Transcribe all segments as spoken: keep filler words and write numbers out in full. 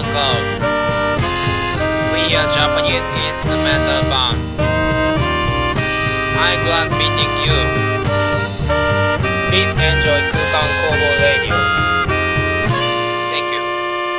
Goes. We are Japanese instrumental band. I'm glad meeting you. Please enjoy 空間工房 Radio. Thank you.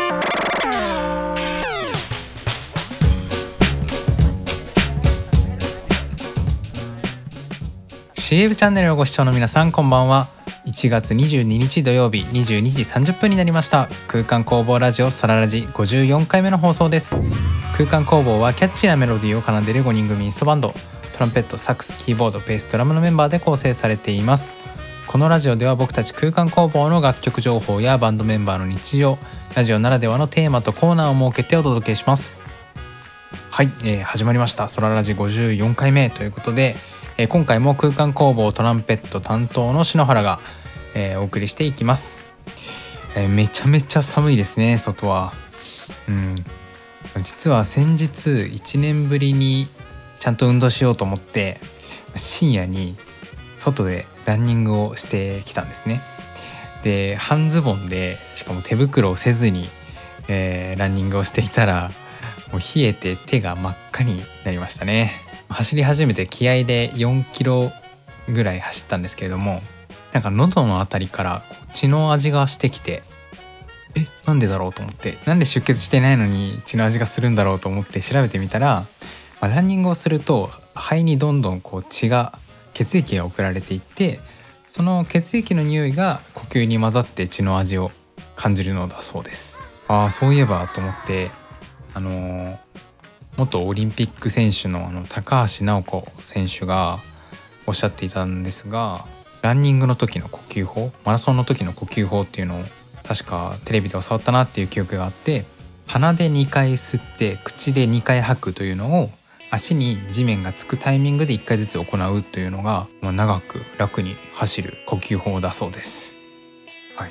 シーエフ チャンネルをご視聴の皆さん、こんばんは。いちがつにじゅうににち土曜日にじゅうにじさんじゅっぷんになりました。空間工房ラジオソララジごじゅうよんかいめの放送です。空間工房はキャッチーなメロディーを奏でるごにん組インストバンド、トランペット、サックス、キーボード、ベース、ドラムのメンバーで構成されています。このラジオでは僕たち空間工房の楽曲情報やバンドメンバーの日常、ラジオならではのテーマとコーナーを設けてお届けします。はい、えー、始まりましたソララジごじゅうよんかいめということで、えー、今回も空間工房トランペット担当の篠原が、えー、お送りしていきます。えー、めちゃめちゃ寒いですね、外は。うん、実は先日いちねんぶりにちゃんと運動しようと思って深夜に外でランニングをしてきたんですね。で、半ズボンで、しかも手袋をせずに、えー、ランニングをしていたらもう冷えて手が真っ赤になりましたね。走り始めて気合でよんキロぐらい走ったんですけれども、なんか喉のあたりから血の味がしてきて、え、なんでだろうと思って、なんで出血してないのに血の味がするんだろうと思って調べてみたら、まあ、ランニングをすると肺にどんどんこう血が血液が送られていって、その血液の匂いが呼吸に混ざって血の味を感じるのだそうです。ああ、そういえばと思って、あのー、元オリンピック選手の、あの高橋尚子選手がおっしゃっていたんですが、ランニングの時の呼吸法、マラソンの時の呼吸法っていうのを確かテレビで教わったなっていう記憶があって、鼻でにかい吸って口でにかい吐くというのを足に地面がつくタイミングでいっかいずつ行うというのが、まあ、長く楽に走る呼吸法だそうです。はい、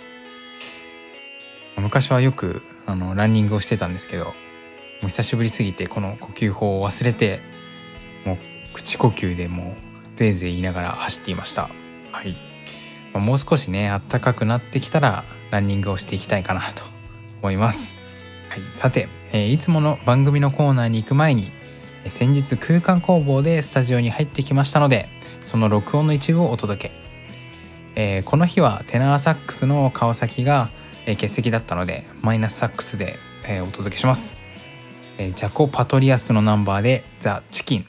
昔はよくあのランニングをしてたんですけど、もう久しぶりすぎてこの呼吸法を忘れて、もう口呼吸でもうぜいぜい言いながら走っていました。はい、まあ、もう少しね暖かくなってきたらランニングをしていきたいかなと思います。はい、さて、えー、いつもの番組のコーナーに行く前に、えー、先日空間工房でスタジオに入ってきましたので、その録音の一部をお届け。えー、この日はテナーサックスの川崎が、えー、欠席だったのでマイナスサックスで、えー、お届けします。えー、ジャコ・パトリアスのナンバーでザ・チキン。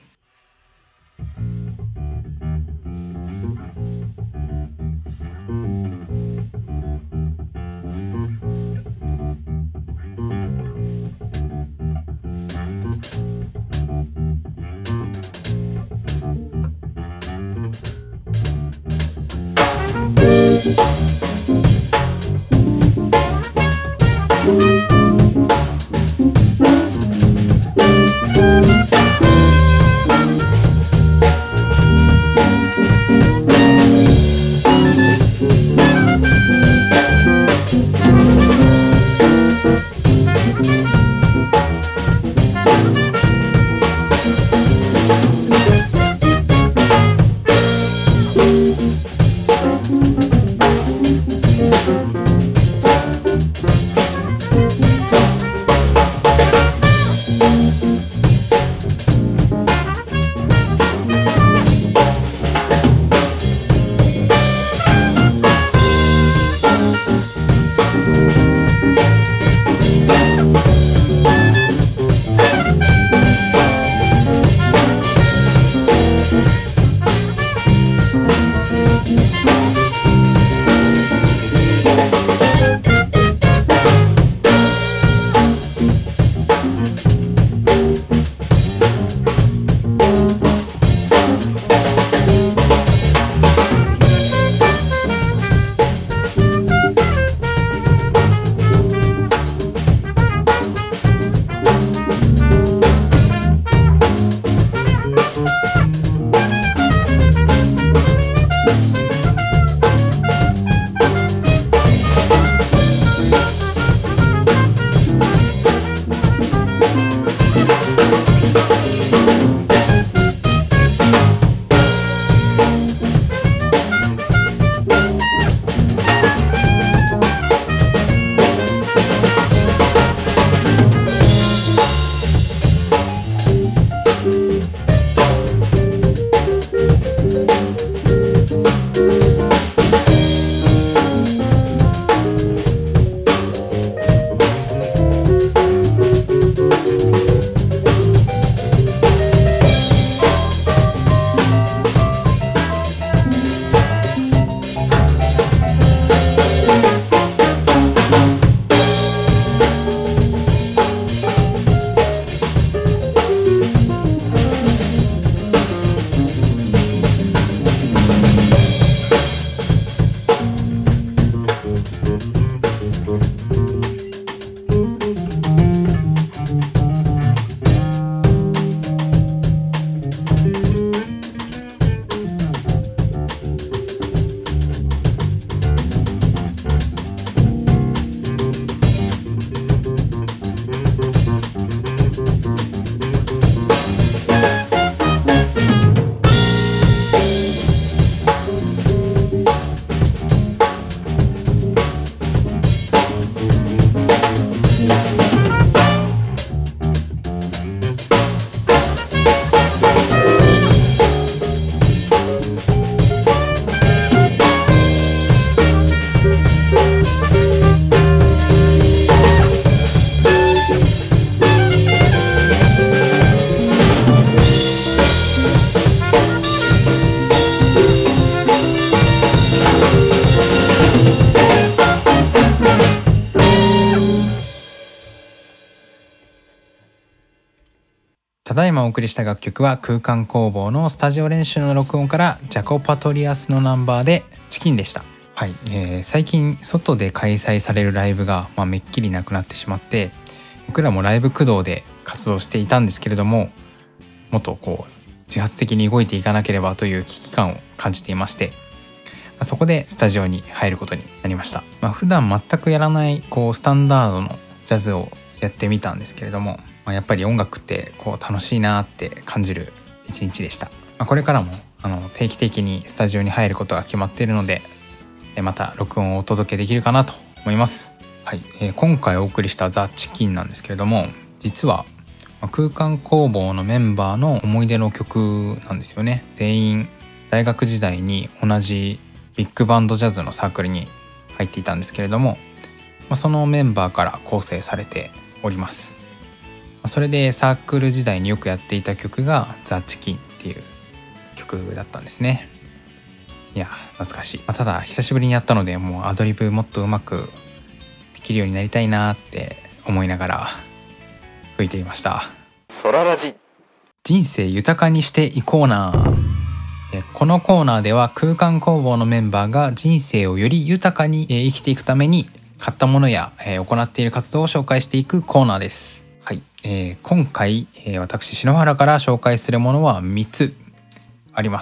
ただいまお送りした楽曲は空間工房のスタジオ練習の録音からジャコパトリアスのナンバーでチキンでした。はい、えー、最近外で開催されるライブが、まあ、めっきりなくなってしまって、僕らもライブ駆動で活動していたんですけれども、もっとこう自発的に動いていかなければという危機感を感じていまして、そこでスタジオに入ることになりました。まあ、普段全くやらないこうスタンダードのジャズをやってみたんですけれども、まあ、やっぱり音楽ってこう楽しいなって感じる一日でした。まあ、これからもあの定期的にスタジオに入ることが決まっているので、また録音をお届けできるかなと思います。はい、えー、今回お送りしたザ・チキンなんですけれども、実は空間工房のメンバーの思い出の曲なんですよね。全員大学時代に同じビッグバンドジャズのサークルに入っていたんですけれども、まあ、そのメンバーから構成されております。それでサークル時代によくやっていた曲がザ・チキンっていう曲だったんですね。いや懐かしい。まあ、ただ久しぶりにやったので、もうアドリブもっとうまくできるようになりたいなって思いながら吹いていました。 ソララジ人生豊かにしていこうな。このコーナーでは空間工房のメンバーが人生をより豊かに生きていくために買ったものや行っている活動を紹介していくコーナーです。はい、えー、今回私篠原から紹介するものはみっつあります。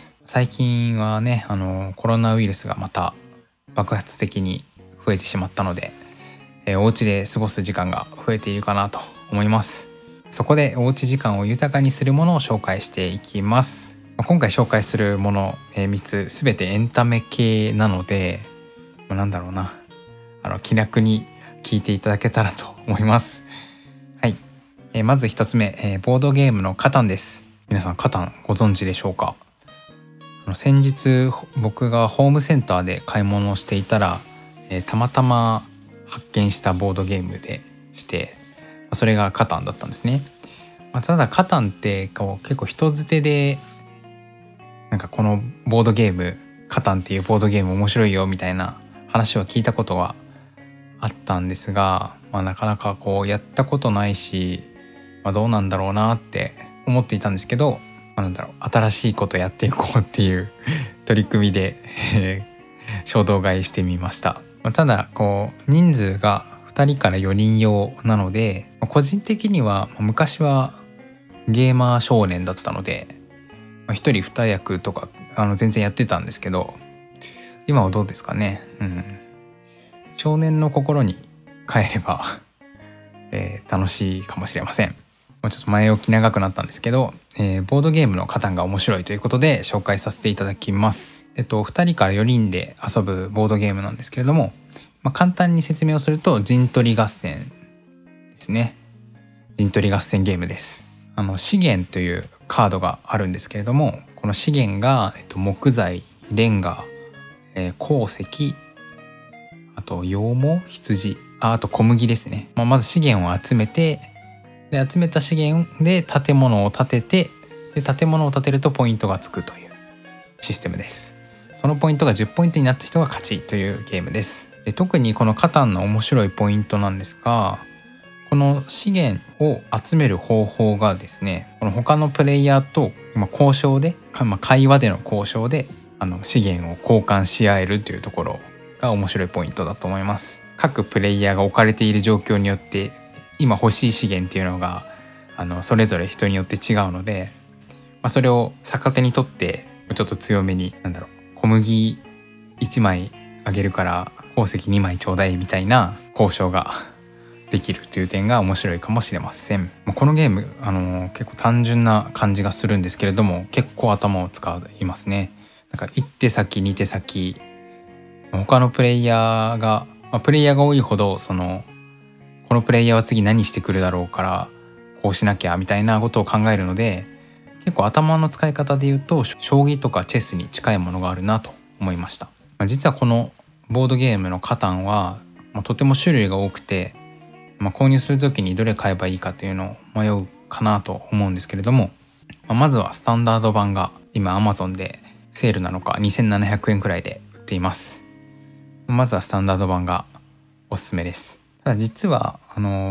最近はね、あのコロナウイルスがまた爆発的に増えてしまったので、えー、お家で過ごす時間が増えているかなと思います。そこでおうち時間を豊かにするものを紹介していきます。今回紹介するもの、えー、みっつすべてエンタメ系なので、まあ、なんだろうなあの気楽に聞いていただけたらと思います。はい、えー、まずひとつめ、えー、ボードゲームのカタンです。皆さんカタンご存知でしょうか？あの先日僕がホームセンターで買い物をしていたら、えー、たまたま発見したボードゲームでして、それがカタンだったんですね。まあ、ただカタンってこう結構人づてでなんかこのボードゲームカタンっていうボードゲーム面白いよみたいな話を聞いたことはあったんですが、まあ、なかなかこうやったことないし、まあ、どうなんだろうなって思っていたんですけど、まあ、なんだろう新しいことやっていこうっていう取り組みで衝動買いしてみました。まあ、ただこう人数がふたりからよにん用なので、個人的には昔はゲーマー少年だったので一人二役とかあの全然やってたんですけど、今はどうですかね。うん、少年の心に帰れば、えー、楽しいかもしれません。ちょっと前置き長くなったんですけど、えー、ボードゲームのカタンが面白いということで紹介させていただきます。えっとふたりからよにんで遊ぶボードゲームなんですけれども、まあ、簡単に説明をすると陣取り合戦ですね。陣取り合戦ゲームです。あの資源というカードがあるんですけれども、この資源が、えっと、木材、レンガ、えー、鉱石、あと羊毛、羊、あ、あと小麦ですね。まあ、まず資源を集めて、で集めた資源で建物を建てて、で建物を建てるとポイントがつくというシステムです。そのポイントがじゅうポイントになった人が勝ちというゲームです。で特にこのカタンの面白いポイントなんですが、この資源を集める方法がですね、この他のプレイヤーと交渉で、まあ、会話での交渉であの資源を交換し合えるというところが面白いポイントだと思います。各プレイヤーが置かれている状況によって今欲しい資源っていうのがあのそれぞれ人によって違うので、まあ、それを逆手にとってちょっと強めに、なんだろう、小麦いちまいあげるから鉱石にまいちょうだいみたいな交渉ができるという点が面白いかもしれません。このゲーム、あのー、結構単純な感じがするんですけれども、結構頭を使いますね。なんかいって先に手先、他のプレイヤーが、まあ、プレイヤーが多いほどそのこのプレイヤーは次何してくるだろうからこうしなきゃみたいなことを考えるので、結構頭の使い方で言うと将棋とかチェスに近いものがあるなと思いました。まあ、実はこのボードゲームのカタンは、まあ、とても種類が多くて、まあ、購入する時にどれ買えばいいかというのを迷うかなと思うんですけれども、まあ、まずはスタンダード版が今 Amazon でセールなのかにせんななひゃくえんくらいで売っています。まずはスタンダード版がおすすめです。ただ実はあの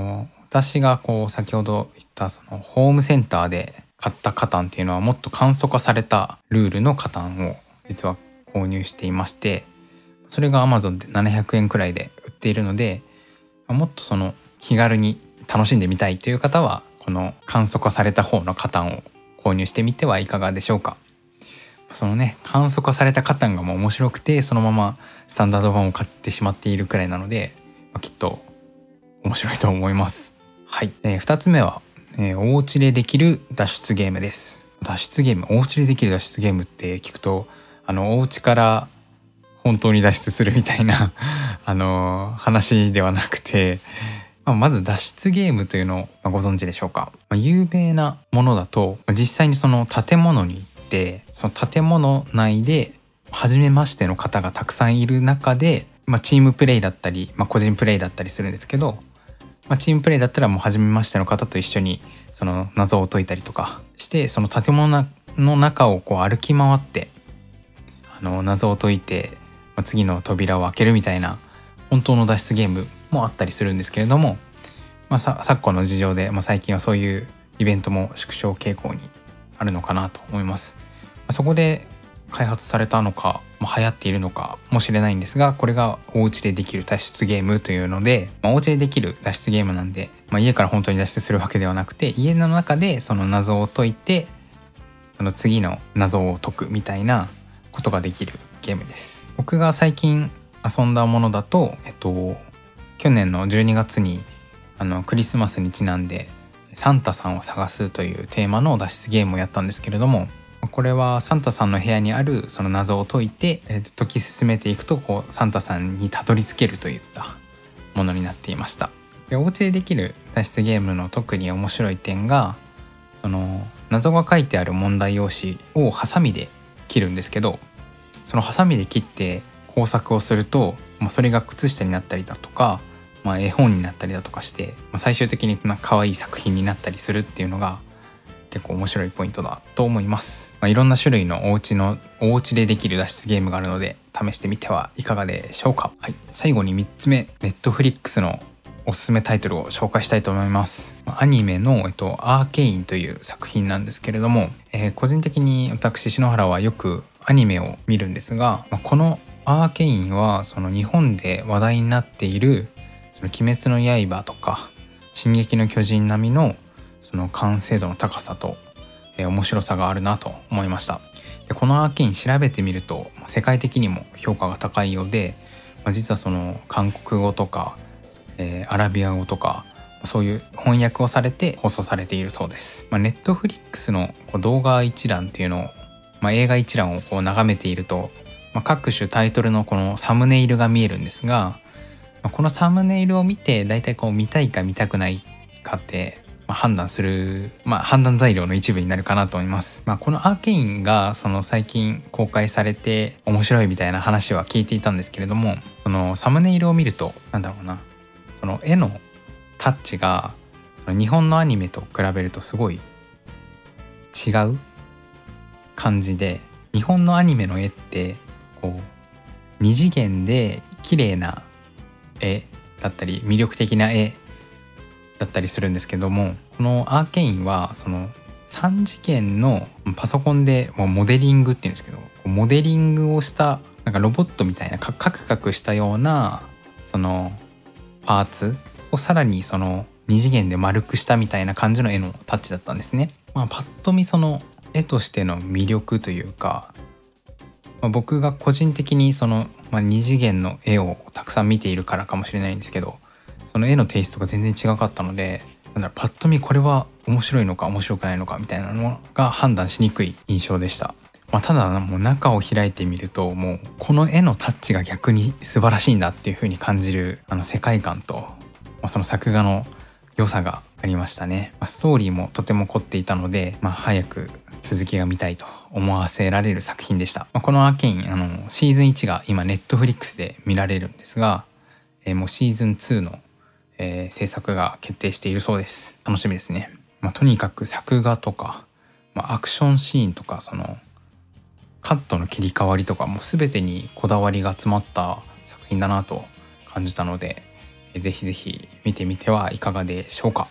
私がこう先ほど言ったそのホームセンターで買ったカタンっていうのはもっと簡素化されたルールのカタンを実は購入していまして、それが Amazon でななひゃくえんくらいで売っているので、もっとその気軽に楽しんでみたいという方はこの簡素化された方のカタンを購入してみてはいかがでしょうか。そのね簡素化されたカタンがもう面白くて、そのままスタンダード版を買ってしまっているくらいなので、まあ、きっと面白いと思います。はい、えー、ふたつめは、えー、お家でできる脱出ゲームです。脱出ゲーム、お家でできる脱出ゲームって聞くと、あのお家から本当に脱出するみたいなあのー、話ではなくて、まあ、まず脱出ゲームというのをご存知でしょうか。まあ、有名なものだと実際にその建物に行って、その建物内で初めましての方がたくさんいる中で、まあ、チームプレイだったり、まあ、個人プレイだったりするんですけど、まあ、チームプレイだったらもう初めましての方と一緒にその謎を解いたりとかして、その建物の中をこう歩き回ってあの謎を解いて、まあ、次の扉を開けるみたいな本当の脱出ゲームもあったりするんですけれども、まあ、さ昨今の事情で、まあ、最近はそういうイベントも縮小傾向にあるのかなと思います。まあ、そこで開発されたのか、まあ、流行っているのかもしれないんですが、これがお家でできる脱出ゲームというので、まあ、お家でできる脱出ゲームなんで、まあ、家から本当に脱出するわけではなくて、家の中でその謎を解いてその次の謎を解くみたいなことができるゲームです。僕が最近遊んだものだと、えっと去年のじゅうにがつにあのクリスマスにちなんでサンタさんを探すというテーマの脱出ゲームをやったんですけれども、これはサンタさんの部屋にあるその謎を解いて、えー、解き進めていくとこうサンタさんにたどり着けるといったものになっていました。でお家でできる脱出ゲームの特に面白い点が、その謎が書いてある問題用紙をハサミで切るんですけど、そのハサミで切って工作をすると、まあ、それが靴下になったりだとか、まあ、絵本になったりだとかして、まあ、最終的になんか可愛い作品になったりするっていうのが結構面白いポイントだと思います。まあ、いろんな種類のお家のお家でできる脱出ゲームがあるので試してみてはいかがでしょうか。はい、最後にみっつめ、Netflixのおすすめタイトルを紹介したいと思います。アニメの、えっと、アーケインという作品なんですけれども、えー、個人的に私篠原はよくアニメを見るんですが、まあ、このアーケインはその日本で話題になっているその鬼滅の刃とか進撃の巨人並みのその完成度の高さと、えー、面白さがあるなと思いました。でこのアーケイン調べてみると世界的にも評価が高いようで、まあ、実はその韓国語とか、えー、アラビア語とかそういう翻訳をされて放送されているそうです。まあ、Netflixのこう動画一覧っていうのを、まあ、映画一覧をこう眺めていると、まあ、各種タイトルのこのサムネイルが見えるんですが、まあ、このサムネイルを見てだいたいこう見たいか見たくないかってまあ、判断する、まあ、判断材料の一部になるかなと思います。まあ、このアーケインがその最近公開されて面白いみたいな話は聞いていたんですけれども、そのサムネイルを見るとなんだろうな、その絵のタッチがその日本のアニメと比べるとすごい違う感じで、日本のアニメの絵ってこう二次元で綺麗な絵だったり魅力的な絵だったりするんですけども、このアーケインはそのさん次元のパソコンでもうモデリングっていうんですけど、モデリングをしたなんかロボットみたいなカクカクしたようなそのパーツをさらにそのに次元で丸くしたみたいな感じの絵のタッチだったんですね。まあ、パッと見その絵としての魅力というか、まあ、僕が個人的にその、まあ、に次元の絵をたくさん見ているからかもしれないんですけど、その絵のテイストが全然違かったので、なんだろう、パッと見これは面白いのか面白くないのかみたいなのが判断しにくい印象でした。まあ、ただもう中を開いてみると、もうこの絵のタッチが逆に素晴らしいんだっていう風に感じるあの世界観と、まあ、その作画の良さがありましたね。まあ、ストーリーもとても凝っていたので、まあ、早く続きが見たいと思わせられる作品でした。まあ、このアーケインあのシーズンいちが今ネットフリックスで見られるんですが、えー、もうシーズンツーのえー、制作が決定しているそうです。楽しみですね。まあ、とにかく作画とか、まあ、アクションシーンとか、そのカットの切り替わりとかも全てにこだわりが詰まった作品だなと感じたので、 ぜひぜひ見てみてはいかがでしょうか。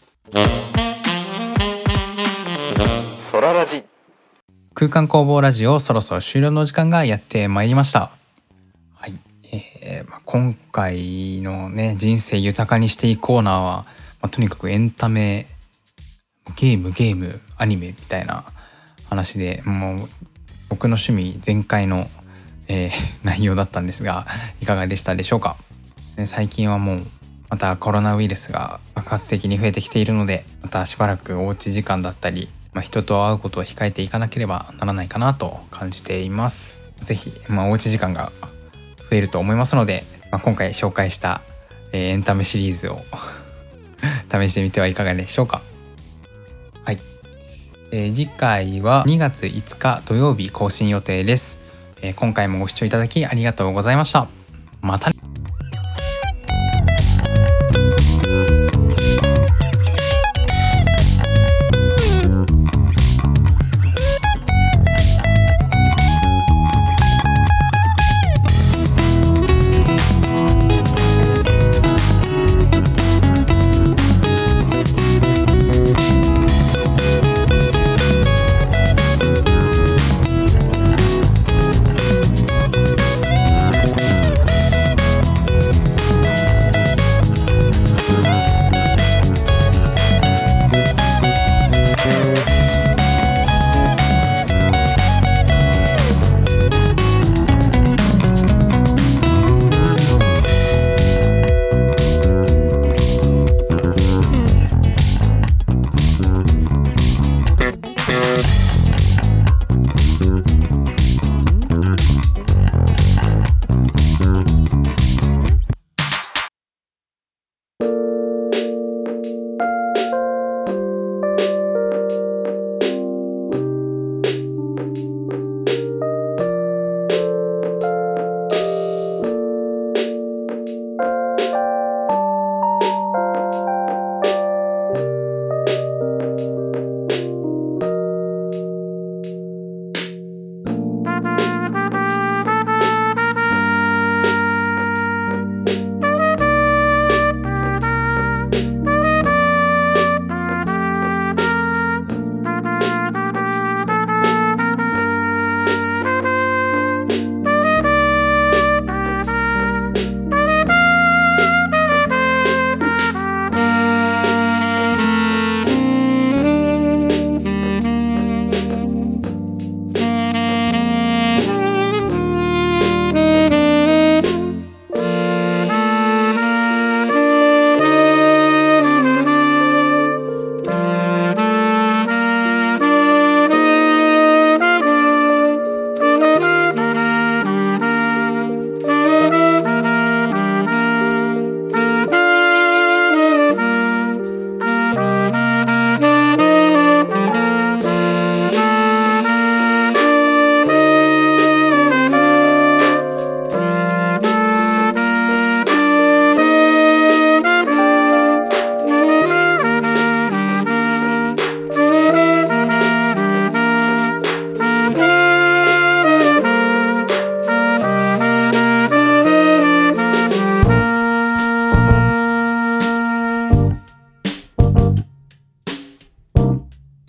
ソララジ空間工房ラジオ、そろそろ終了の時間がやってまいりました。はい、えーまあ、今回のね人生豊かにしていいコーナーは、まあ、とにかくエンタメ、ゲームゲームアニメみたいな話で、もう僕の趣味全開の、えー、内容だったんですが、いかがでしたでしょうか。最近はもうまたコロナウイルスが爆発的に増えてきているので、またしばらくおうち時間だったり、まあ、人と会うことを控えていかなければならないかなと感じています。ぜひ、まあ、おうち時間が増えると思いますので、まあ、今回紹介した、えー、エンタメシリーズを試してみてはいかがでしょうか。はい、えー、次回はにがついつか土曜日更新予定です。えー、今回もご視聴いただきありがとうございました。またね。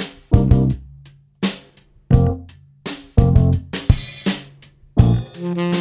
うん。